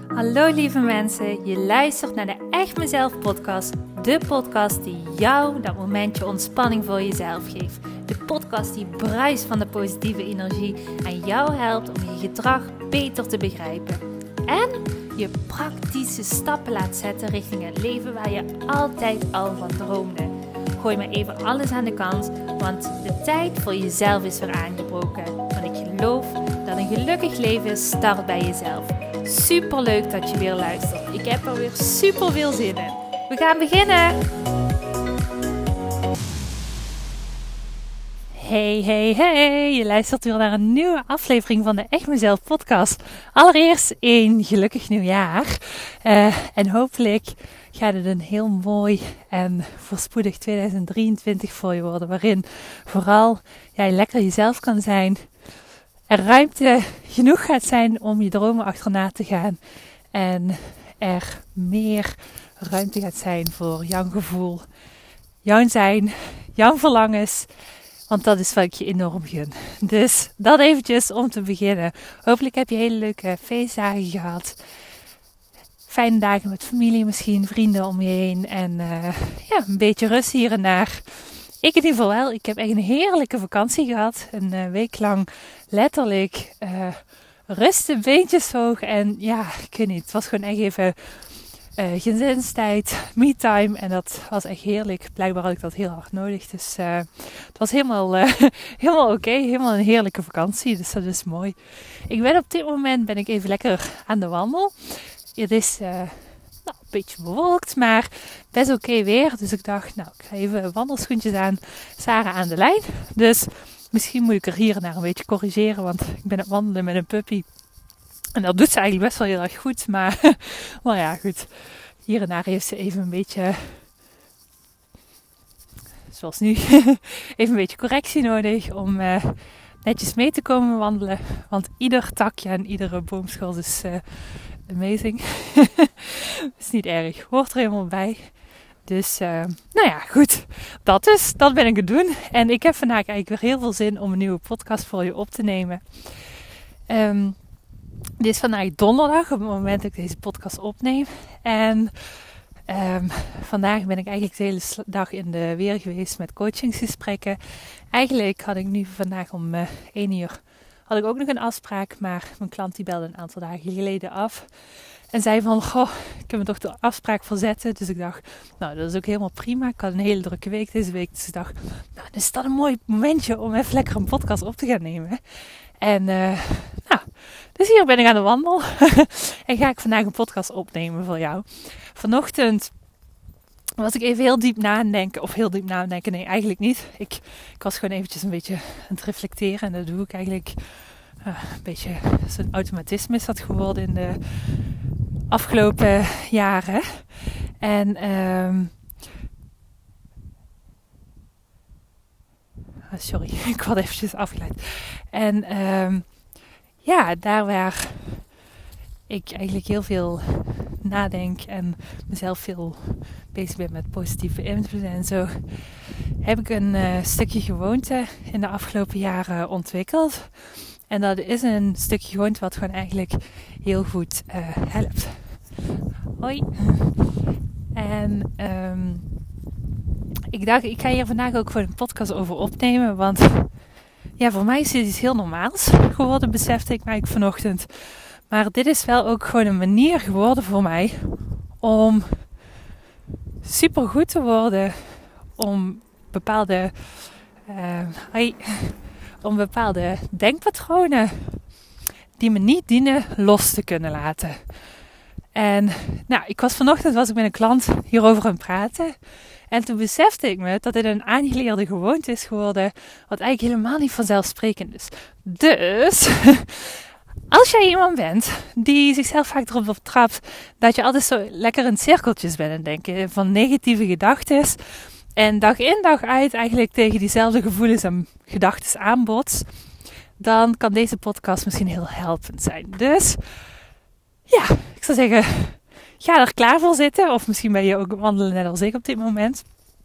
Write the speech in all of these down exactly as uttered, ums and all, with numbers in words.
Hallo lieve mensen, je luistert naar de Echt Mezelf podcast. De podcast die jou dat momentje ontspanning voor jezelf geeft. De podcast die bruist van de positieve energie en jou helpt om je gedrag beter te begrijpen. En je praktische stappen laat zetten richting het leven waar je altijd al van droomde. Gooi maar even alles aan de kant, want de tijd voor jezelf is weer aangebroken. Want ik geloof dat een gelukkig leven start bij jezelf. Super leuk dat je weer luistert. Ik heb er weer super veel zin in. We gaan beginnen! Hey, hey, hey! Je luistert weer naar een nieuwe aflevering van de Echt Mezelf podcast. Allereerst een gelukkig nieuwjaar. Uh, en hopelijk gaat het een heel mooi en voorspoedig tweeduizend drieëntwintig voor je worden. Waarin vooral jij lekker jezelf kan zijn. Er ruimte genoeg gaat zijn om je dromen achterna te gaan. En er meer ruimte gaat zijn voor jouw gevoel, jouw zijn, jouw verlangens. Want dat is wat ik je enorm gun. Dus dat eventjes om te beginnen. Hopelijk heb je hele leuke feestdagen gehad. Fijne dagen met familie misschien, vrienden om je heen. En uh, ja, een beetje rust hier en daar. Ik in ieder geval wel. Ik heb echt een heerlijke vakantie gehad. Een uh, week lang letterlijk uh, rusten, beentjes hoog. En ja, ik weet niet. Het was gewoon echt even uh, gezinstijd, me-time. En dat was echt heerlijk. Blijkbaar had ik dat heel hard nodig. Dus uh, het was helemaal, uh, helemaal oké. Okay. Helemaal een heerlijke vakantie. Dus dat is mooi. Ik ben op dit moment ben ik even lekker aan de wandel. Het is uh, nou, een beetje bewolkt, maar best oké okay weer. Dus ik dacht, nou, ik ga even wandelschoentjes aan. Sarah aan de lijn. Dus misschien moet ik er hier en daar een beetje corrigeren. Want ik ben aan het wandelen met een puppy. En dat doet ze eigenlijk best wel heel erg goed. Maar, maar ja, goed. Hier en daar heeft ze even een beetje, zoals nu, even een beetje correctie nodig. Om uh, netjes mee te komen wandelen. Want ieder takje en iedere boomschors is uh, amazing. Is niet erg. Hoort er helemaal bij. Dus, uh, nou ja, goed. Dat dus. Dat ben ik het doen. En ik heb vandaag eigenlijk weer heel veel zin om een nieuwe podcast voor je op te nemen. Um, dit is vandaag donderdag, op het moment dat ik deze podcast opneem. En um, vandaag ben ik eigenlijk de hele dag in de weer geweest met coachingsgesprekken. Eigenlijk had ik nu vandaag om uh, één uur had ik ook nog een afspraak. Maar mijn klant die belde een aantal dagen geleden af. En zei van, goh, ik heb me toch de afspraak verzetten. Dus ik dacht, nou, dat is ook helemaal prima. Ik had een hele drukke week deze week. Dus ik dacht, nou, dan is dat een mooi momentje om even lekker een podcast op te gaan nemen. En, uh, nou, dus hier ben ik aan de wandel. En ga ik vandaag een podcast opnemen voor jou. Vanochtend was ik even heel diep nadenken. Of heel diep nadenken, nee, eigenlijk niet. Ik, ik was gewoon eventjes een beetje aan het reflecteren. En dat doe ik eigenlijk uh, een beetje, zo'n automatisme is dat geworden in de afgelopen jaren. En um, oh, sorry, ik word eventjes afgeleid. En um, ja, daar waar ik eigenlijk heel veel nadenk en mezelf veel bezig ben met positieve invloeden en zo, heb ik een uh, stukje gewoonte in de afgelopen jaren ontwikkeld. En dat is een stukje gewoonte wat gewoon eigenlijk heel goed uh, helpt. Hoi. En um, ik dacht, ik ga hier vandaag ook gewoon een podcast over opnemen. Want ja, voor mij is dit iets heel normaals geworden, besefte ik mij vanochtend. Maar dit is wel ook gewoon een manier geworden voor mij om super goed te worden. Om bepaalde, uh, hoi, om bepaalde denkpatronen die me niet dienen los te kunnen laten. En nou, ik was vanochtend was ik met een klant hierover aan het praten. En toen besefte ik me dat dit een aangeleerde gewoonte is geworden. Wat eigenlijk helemaal niet vanzelfsprekend is. Dus, als jij iemand bent die zichzelf vaak erop betrapt dat je altijd zo lekker in cirkeltjes bent aan het denken. Van negatieve gedachten. En dag in dag uit eigenlijk tegen diezelfde gevoelens en gedachten aanbotst. Dan kan deze podcast misschien heel helpend zijn. Dus ja, ik zou zeggen, ga er klaar voor zitten. Of misschien ben je ook wandelen net als ik op dit moment.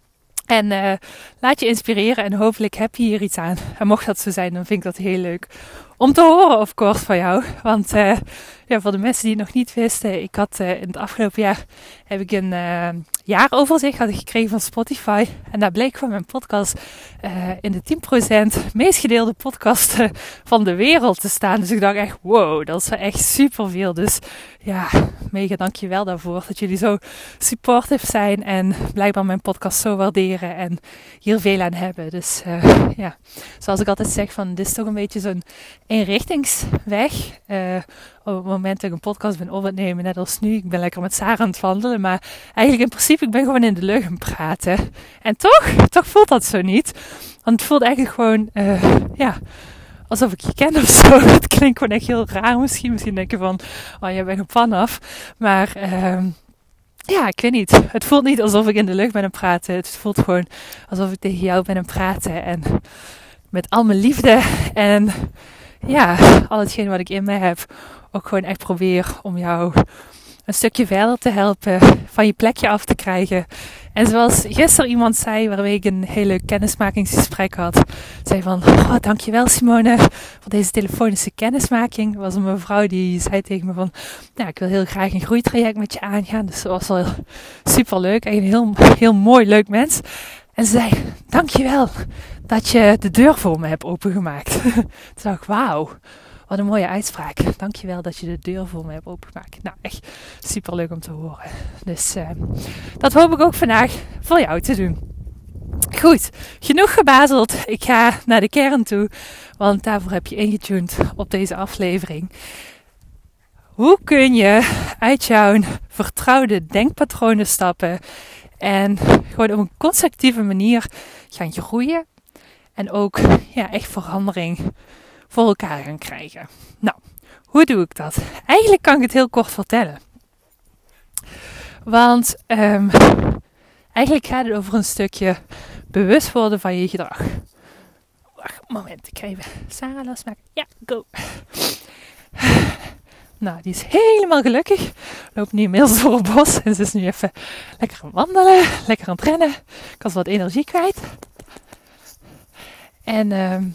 En uh, laat je inspireren en hopelijk heb je hier iets aan. En mocht dat zo zijn, dan vind ik dat heel leuk om te horen, of course, van jou. Want uh, ja, voor de mensen die het nog niet wisten, ik had uh, in het afgelopen jaar heb ik een uh, jaaroverzicht had ik gekregen van Spotify. En daar bleek van mijn podcast uh, in de tien procent meest gedeelde podcast uh, van de wereld te staan. Dus ik dacht echt, wow, dat is echt superveel. Dus ja, mega dankjewel daarvoor. Dat jullie zo supportive zijn en blijkbaar mijn podcast zo waarderen en hier veel aan hebben. Dus uh, ja, zoals ik altijd zeg, van dit is toch een beetje zo'n eenrichtingsweg. Uh, op het moment dat ik een podcast ben op het nemen, net als nu. Ik ben lekker met Sarah aan het wandelen, maar eigenlijk in principe, ik ben gewoon in de lucht aan het praten. En toch, toch voelt dat zo niet. Want het voelt eigenlijk gewoon, uh, ja, alsof ik je ken of zo. Het klinkt gewoon echt heel raar misschien. Misschien denk je van, oh, jij bent op van af. Maar uh, ja, ik weet niet. Het voelt niet alsof ik in de lucht ben aan het praten. Het voelt gewoon alsof ik tegen jou ben aan het praten. En met al mijn liefde en ja, al hetgeen wat ik in me heb, ook gewoon echt probeer om jou een stukje verder te helpen, van je plekje af te krijgen. En zoals gisteren iemand zei, waarmee ik een heel leuk kennismakingsgesprek had, zei van, oh, dankjewel Simone voor deze telefonische kennismaking. Er was een mevrouw die zei tegen me van, nou, ik wil heel graag een groeitraject met je aangaan. Dus dat was wel super leuk, een heel, heel mooi, leuk mens. En ze zei, dankjewel dat je de deur voor me hebt opengemaakt. Toen dacht ik, wauw. Wat een mooie uitspraak. Dankjewel dat je de deur voor me hebt opengemaakt. Nou, echt super leuk om te horen. Dus uh, dat hoop ik ook vandaag voor jou te doen. Goed, genoeg gebazeld. Ik ga naar de kern toe. Want daarvoor heb je ingetuned op deze aflevering. Hoe kun je uit jouw vertrouwde denkpatronen stappen en gewoon op een constructieve manier gaan groeien. En ook ja, echt verandering voor elkaar gaan krijgen. Nou, hoe doe ik dat? Eigenlijk kan ik het heel kort vertellen. Want um, eigenlijk gaat het over een stukje bewust worden van je gedrag. Wacht, moment, ik ga even Sarah losmaken. Ja, go. Nou, die is helemaal gelukkig. Loopt nu inmiddels door het bos. En ze is nu even lekker aan het wandelen. Lekker aan het rennen. Ik was wat energie kwijt. En, um,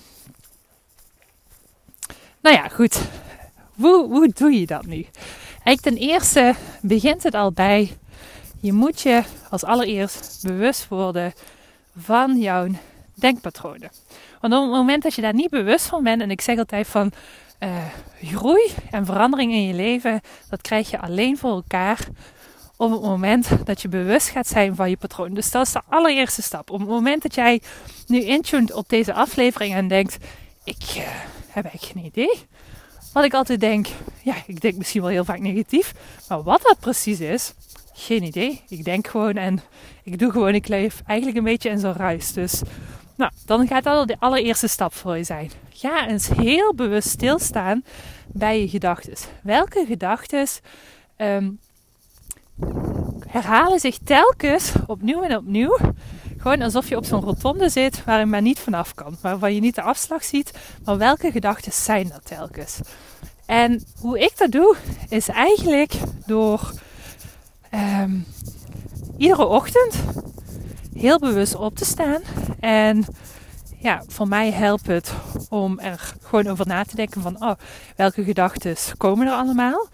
nou ja, goed. Hoe, hoe doe je dat nu? Eigenlijk ten eerste begint het al bij, je moet je als allereerst bewust worden van jouw denkpatronen. Want op het moment dat je daar niet bewust van bent, en ik zeg altijd van, uh, groei en verandering in je leven, dat krijg je alleen voor elkaar op het moment dat je bewust gaat zijn van je patroon. Dus dat is de allereerste stap. Op het moment dat jij nu intuned op deze aflevering en denkt, ik uh, heb eigenlijk geen idee. Wat ik altijd denk, ja, ik denk misschien wel heel vaak negatief. Maar wat dat precies is, geen idee. Ik denk gewoon en ik doe gewoon, ik leef eigenlijk een beetje in zo'n ruis. Dus nou, dan gaat dat de allereerste stap voor je zijn. Ga eens heel bewust stilstaan bij je gedachten. Welke gedachten um, herhalen zich telkens opnieuw en opnieuw. Gewoon alsof je op zo'n rotonde zit waar je maar niet vanaf kan. Waarvan je niet de afslag ziet. Maar welke gedachten zijn dat telkens? En hoe ik dat doe, is eigenlijk door um, iedere ochtend heel bewust op te staan. En ja, voor mij helpt het om er gewoon over na te denken van, oh, welke gedachten komen er allemaal?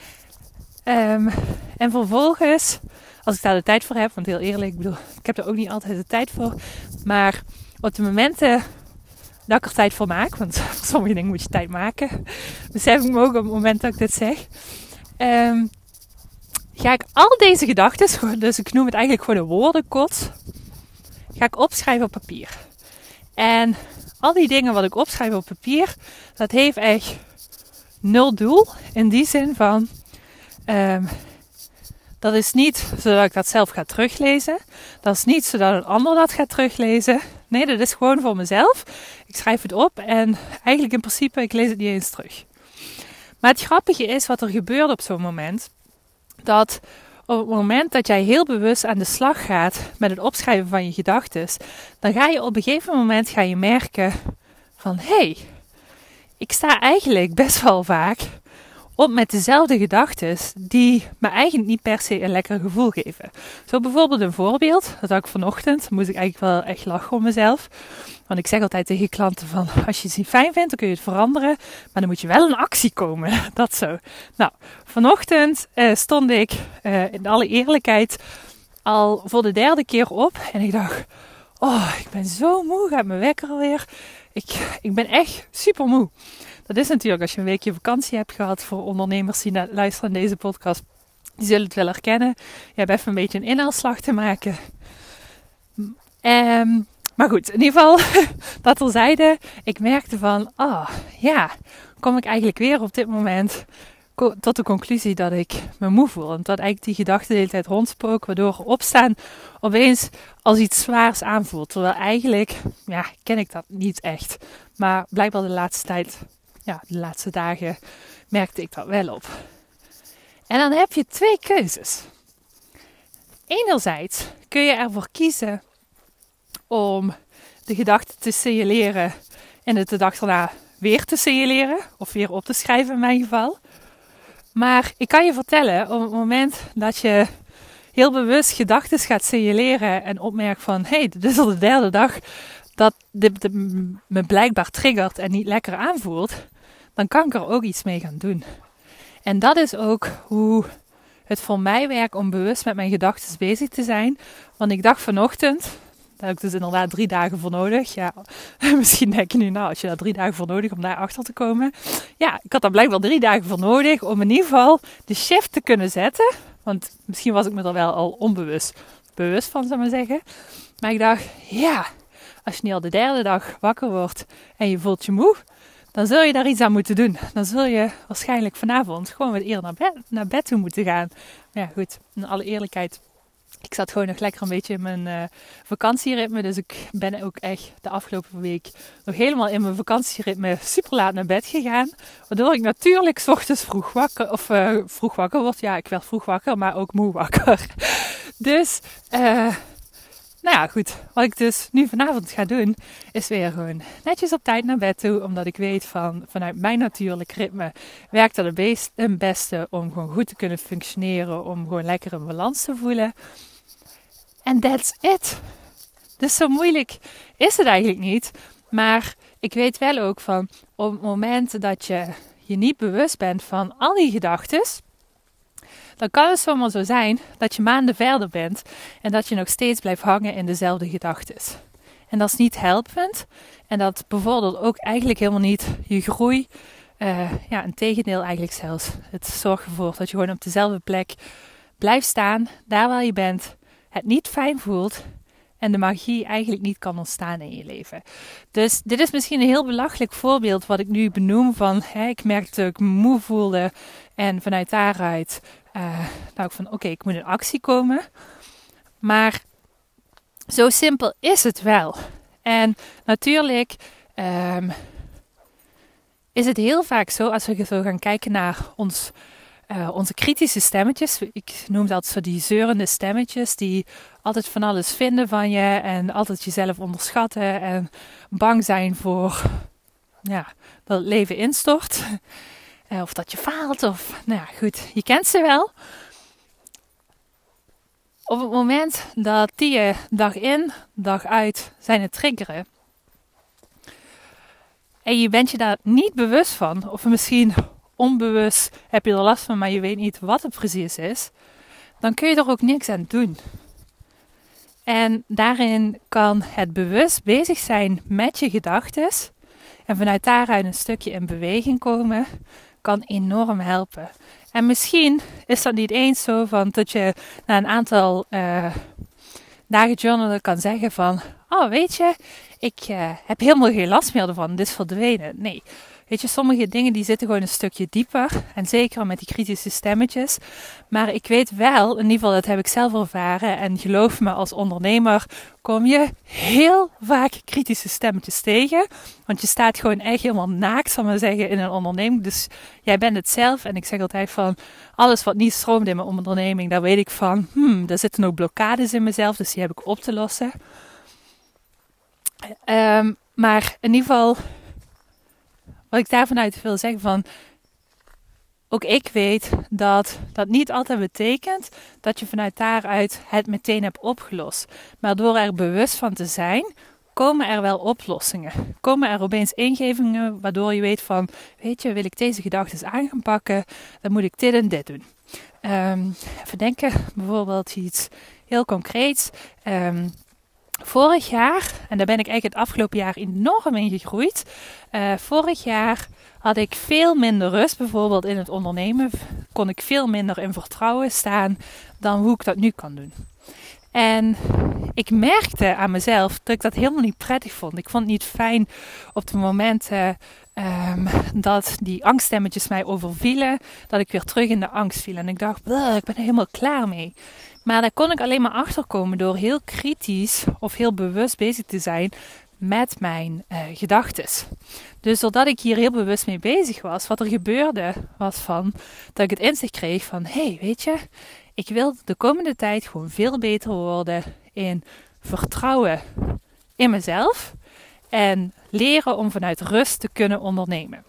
Um, en vervolgens, als ik daar de tijd voor heb, want heel eerlijk, ik bedoel, ik heb er ook niet altijd de tijd voor. Maar op de momenten dat ik er tijd voor maak, want voor sommige dingen moet je tijd maken, besef ik me ook op het moment dat ik dit zeg. Um, ga ik al deze gedachten, dus ik noem het eigenlijk gewoon een woordenkot, ga ik opschrijven op papier. En al die dingen wat ik opschrijf op papier, dat heeft echt nul doel. In die zin van, um, dat is niet zodat ik dat zelf ga teruglezen. Dat is niet zodat een ander dat gaat teruglezen. Nee, dat is gewoon voor mezelf. Ik schrijf het op en eigenlijk in principe, ik lees het niet eens terug. Maar het grappige is wat er gebeurt op zo'n moment. Dat op het moment dat jij heel bewust aan de slag gaat met het opschrijven van je gedachten, dan ga je op een gegeven moment ga je merken van, hé, hey, ik sta eigenlijk best wel vaak op met dezelfde gedachten die me eigenlijk niet per se een lekker gevoel geven. Zo bijvoorbeeld een voorbeeld, dat had ik vanochtend, moest ik eigenlijk wel echt lachen om mezelf. Want ik zeg altijd tegen klanten van, als je het niet fijn vindt, dan kun je het veranderen, maar dan moet je wel in actie komen. Dat zo. Nou, vanochtend uh, stond ik uh, in alle eerlijkheid al voor de derde keer op en ik dacht, oh, ik ben zo moe, gaat mijn wekker alweer. Ik, ik ben echt super moe. Dat is natuurlijk als je een weekje vakantie hebt gehad. Voor ondernemers die naar, luisteren naar deze podcast, die zullen het wel herkennen. Je hebt even een beetje een inhaalslag te maken. Um, maar goed, in ieder geval, dat terzijde. Ik merkte van, oh ja, kom ik eigenlijk weer op dit moment tot de conclusie dat ik me moe voel. En dat eigenlijk die gedachten de hele tijd rondspook, waardoor opstaan opeens als iets zwaars aanvoelt. Terwijl eigenlijk, ja, ken ik dat niet echt. Maar blijkbaar de laatste tijd, ja, de laatste dagen merkte ik dat wel op. En dan heb je twee keuzes. Enerzijds kun je ervoor kiezen om de gedachten te signaleren en het de dag daarna weer te signaleren. Of weer op te schrijven in mijn geval. Maar ik kan je vertellen, op het moment dat je heel bewust gedachten gaat signaleren en opmerkt van, hé, hey, dit is al de derde dag dat dit, dit me blijkbaar triggert en niet lekker aanvoelt, dan kan ik er ook iets mee gaan doen. En dat is ook hoe het voor mij werkt om bewust met mijn gedachten bezig te zijn. Want ik dacht vanochtend, daar heb ik dus inderdaad drie dagen voor nodig. Ja, misschien denk je nu, nou, als je daar drie dagen voor nodig om daar achter te komen. Ja, ik had daar blijkbaar drie dagen voor nodig om in ieder geval de shift te kunnen zetten. Want misschien was ik me er wel al onbewust bewust van, zou ik maar zeggen. Maar ik dacht, ja, als je niet al de derde dag wakker wordt en je voelt je moe, dan zul je daar iets aan moeten doen. Dan zul je waarschijnlijk vanavond gewoon wat eerder naar bed, naar bed toe moeten gaan. Maar ja, goed, in alle eerlijkheid, ik zat gewoon nog lekker een beetje in mijn uh, vakantieritme. Dus ik ben ook echt de afgelopen week nog helemaal in mijn vakantieritme super laat naar bed gegaan. Waardoor ik natuurlijk 's ochtends vroeg wakker, of uh, vroeg wakker word. Ja, ik werd vroeg wakker, maar ook moe wakker. Dus, uh, nou ja, goed. Wat ik dus nu vanavond ga doen, is weer gewoon netjes op tijd naar bed toe. Omdat ik weet van, vanuit mijn natuurlijk ritme werkt dat het best, het beste om gewoon goed te kunnen functioneren. Om gewoon lekker een balans te voelen. En that's it. Dus zo moeilijk is het eigenlijk niet. Maar ik weet wel ook van, op het moment dat je je niet bewust bent van al die gedachten, dan kan het zomaar zo zijn dat je maanden verder bent en dat je nog steeds blijft hangen in dezelfde gedachten. En dat is niet helpend en dat bevordert ook eigenlijk helemaal niet je groei. Uh, ja, integendeel eigenlijk zelfs. Het zorgt ervoor dat je gewoon op dezelfde plek blijft staan, daar waar je bent, het niet fijn voelt en de magie eigenlijk niet kan ontstaan in je leven. Dus dit is misschien een heel belachelijk voorbeeld wat ik nu benoem van, hè, ik merkte dat ik me moe voelde en vanuit daaruit uh, nou van oké, okay, ik moet in actie komen. Maar zo simpel is het wel. En natuurlijk um, is het heel vaak zo, als we zo gaan kijken naar ons, uh, onze kritische stemmetjes. Ik noem dat zo die zeurende stemmetjes die altijd van alles vinden van je en altijd jezelf onderschatten en bang zijn voor ja, dat het leven instort. Uh, of dat je faalt of, nou ja, goed, je kent ze wel. Op het moment dat die je dag in, dag uit zijn het triggeren. En je bent je daar niet bewust van, of misschien onbewust heb je er last van, maar je weet niet wat het precies is. Dan kun je er ook niks aan doen. En daarin kan het bewust bezig zijn met je gedachten en vanuit daaruit een stukje in beweging komen, kan enorm helpen. En misschien is dat niet eens zo van dat je na een aantal uh, dagen journalen kan zeggen van, oh weet je, ik uh, heb helemaal geen last meer ervan, dit is verdwenen. Nee, weet je, sommige dingen die zitten gewoon een stukje dieper. En zeker met die kritische stemmetjes. Maar ik weet wel, in ieder geval dat heb ik zelf ervaren. En geloof me, als ondernemer kom je heel vaak kritische stemmetjes tegen. Want je staat gewoon echt helemaal naakt, zal ik maar zeggen, in een onderneming. Dus jij bent het zelf. En ik zeg altijd van, alles wat niet stroomt in mijn onderneming, daar weet ik van, hmm, daar zitten ook blokkades in mezelf. Dus die heb ik op te lossen. Um, maar in ieder geval, wat ik daarvan uit wil zeggen van, ook ik weet dat dat niet altijd betekent dat je vanuit daaruit het meteen hebt opgelost. Maar door er bewust van te zijn, komen er wel oplossingen. Komen er opeens ingevingen waardoor je weet van, weet je, wil ik deze gedachten aan gaan pakken, dan moet ik dit en dit doen. Um, even denken, bijvoorbeeld iets heel concreets. Um, vorig jaar, en daar ben ik eigenlijk het afgelopen jaar enorm in gegroeid. Uh, vorig jaar had ik veel minder rust, bijvoorbeeld in het ondernemen. Kon ik veel minder in vertrouwen staan dan hoe ik dat nu kan doen. En ik merkte aan mezelf dat ik dat helemaal niet prettig vond. Ik vond het niet fijn op de momenten um, dat die angststemmetjes mij overvielen, dat ik weer terug in de angst viel. En ik dacht, ik ben er helemaal klaar mee. Maar daar kon ik alleen maar achterkomen door heel kritisch of heel bewust bezig te zijn met mijn uh, gedachtes. Dus doordat ik hier heel bewust mee bezig was, wat er gebeurde was van dat ik het inzicht kreeg van, hé, hey, weet je, ik wil de komende tijd gewoon veel beter worden in vertrouwen in mezelf en leren om vanuit rust te kunnen ondernemen.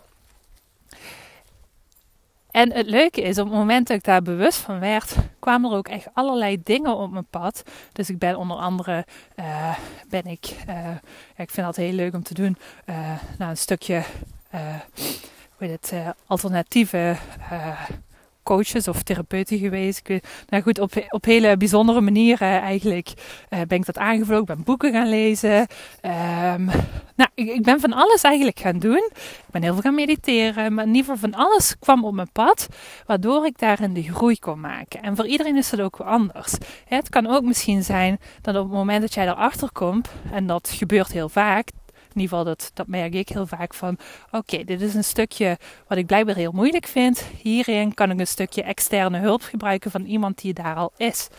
En het leuke is, op het moment dat ik daar bewust van werd, kwamen er ook echt allerlei dingen op mijn pad. Dus ik ben onder andere, uh, ben ik, uh, ja, ik vind dat heel leuk om te doen, uh, nou, een stukje, uh, hoe heet het, uh, alternatieve uh, coaches of therapeuten geweest. Ik weet, nou goed, op, op hele bijzondere manieren eigenlijk uh, ben ik dat aangevlogen. Ik ben boeken gaan lezen. Um, nou, ik, ik ben van alles eigenlijk gaan doen. Ik ben heel veel gaan mediteren. Maar in ieder geval van alles kwam op mijn pad. Waardoor ik daarin de groei kon maken. En voor iedereen is dat ook wel anders. Ja, het kan ook misschien zijn dat op het moment dat jij erachter komt. En dat gebeurt heel vaak. In ieder geval, dat, dat merk ik heel vaak van, oké, okay, dit is een stukje wat ik blijkbaar heel moeilijk vind. Hierin kan ik een stukje externe hulp gebruiken van iemand die daar al is.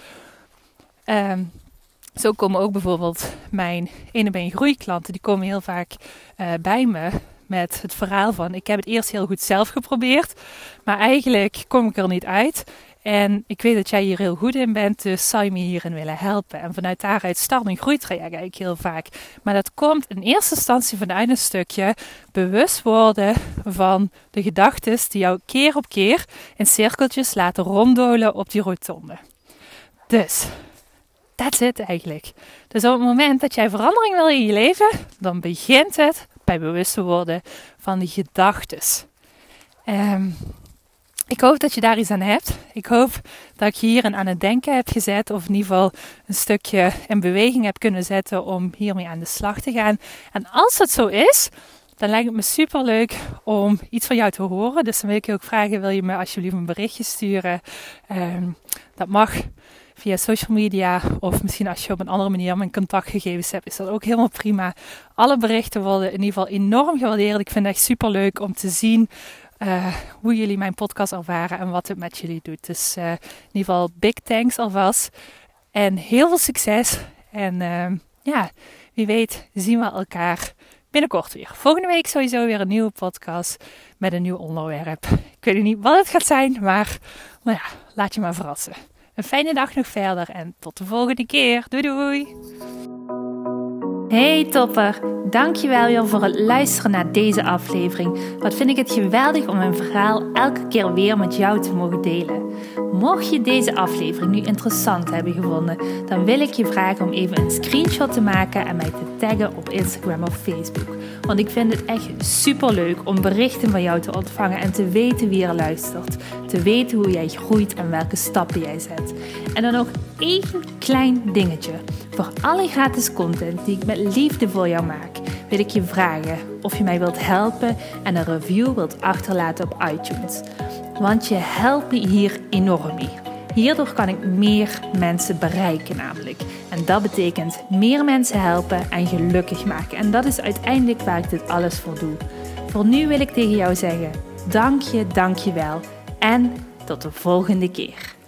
Um, zo komen ook bijvoorbeeld mijn ene been groeiklanten, die komen heel vaak uh, bij me met het verhaal van, ik heb het eerst heel goed zelf geprobeerd, maar eigenlijk kom ik er niet uit. En ik weet dat jij hier heel goed in bent, dus zou je me hierin willen helpen? En vanuit daaruit start een groeitraject eigenlijk heel vaak. Maar dat komt in eerste instantie vanuit een stukje bewust worden van de gedachten die jou keer op keer in cirkeltjes laten ronddolen op die rotonde. Dus, that's it eigenlijk. Dus op het moment dat jij verandering wil in je leven, dan begint het bij bewust te worden van die gedachten. Um, Ik hoop dat je daar iets aan hebt. Ik hoop dat ik je hierin aan het denken heb gezet. Of in ieder geval een stukje in beweging heb kunnen zetten om hiermee aan de slag te gaan. En als het zo is, dan lijkt het me super leuk om iets van jou te horen. Dus dan wil ik je ook vragen, wil je me alsjeblieft een berichtje sturen? Um, dat mag via social media. Of misschien als je op een andere manier mijn contactgegevens hebt, is dat ook helemaal prima. Alle berichten worden in ieder geval enorm gewaardeerd. Ik vind het echt super leuk om te zien Uh, hoe jullie mijn podcast ervaren en wat het met jullie doet. Dus uh, in ieder geval big thanks alvast. En heel veel succes. En uh, ja, wie weet zien we elkaar binnenkort weer. Volgende week sowieso weer een nieuwe podcast met een nieuw onderwerp. Ik weet niet wat het gaat zijn, maar nou ja, laat je maar verrassen. Een fijne dag nog verder en tot de volgende keer. Doei doei! Hey topper, dankjewel weer voor het luisteren naar deze aflevering. Wat vind ik het geweldig om mijn verhaal elke keer weer met jou te mogen delen. Mocht je deze aflevering nu interessant hebben gevonden, dan wil ik je vragen om even een screenshot te maken en mij te taggen op Instagram of Facebook. Want ik vind het echt super leuk om berichten van jou te ontvangen en te weten wie er luistert. Te weten hoe jij groeit en welke stappen jij zet. En dan nog één klein dingetje. Voor alle gratis content die ik met liefde voor jou maak, wil ik je vragen of je mij wilt helpen en een review wilt achterlaten op iTunes. Want je helpt me hier enorm mee. Hierdoor kan ik meer mensen bereiken namelijk. En dat betekent meer mensen helpen en gelukkig maken. En dat is uiteindelijk waar ik dit alles voor doe. Voor nu wil ik tegen jou zeggen, dank je, dank je wel. En tot de volgende keer.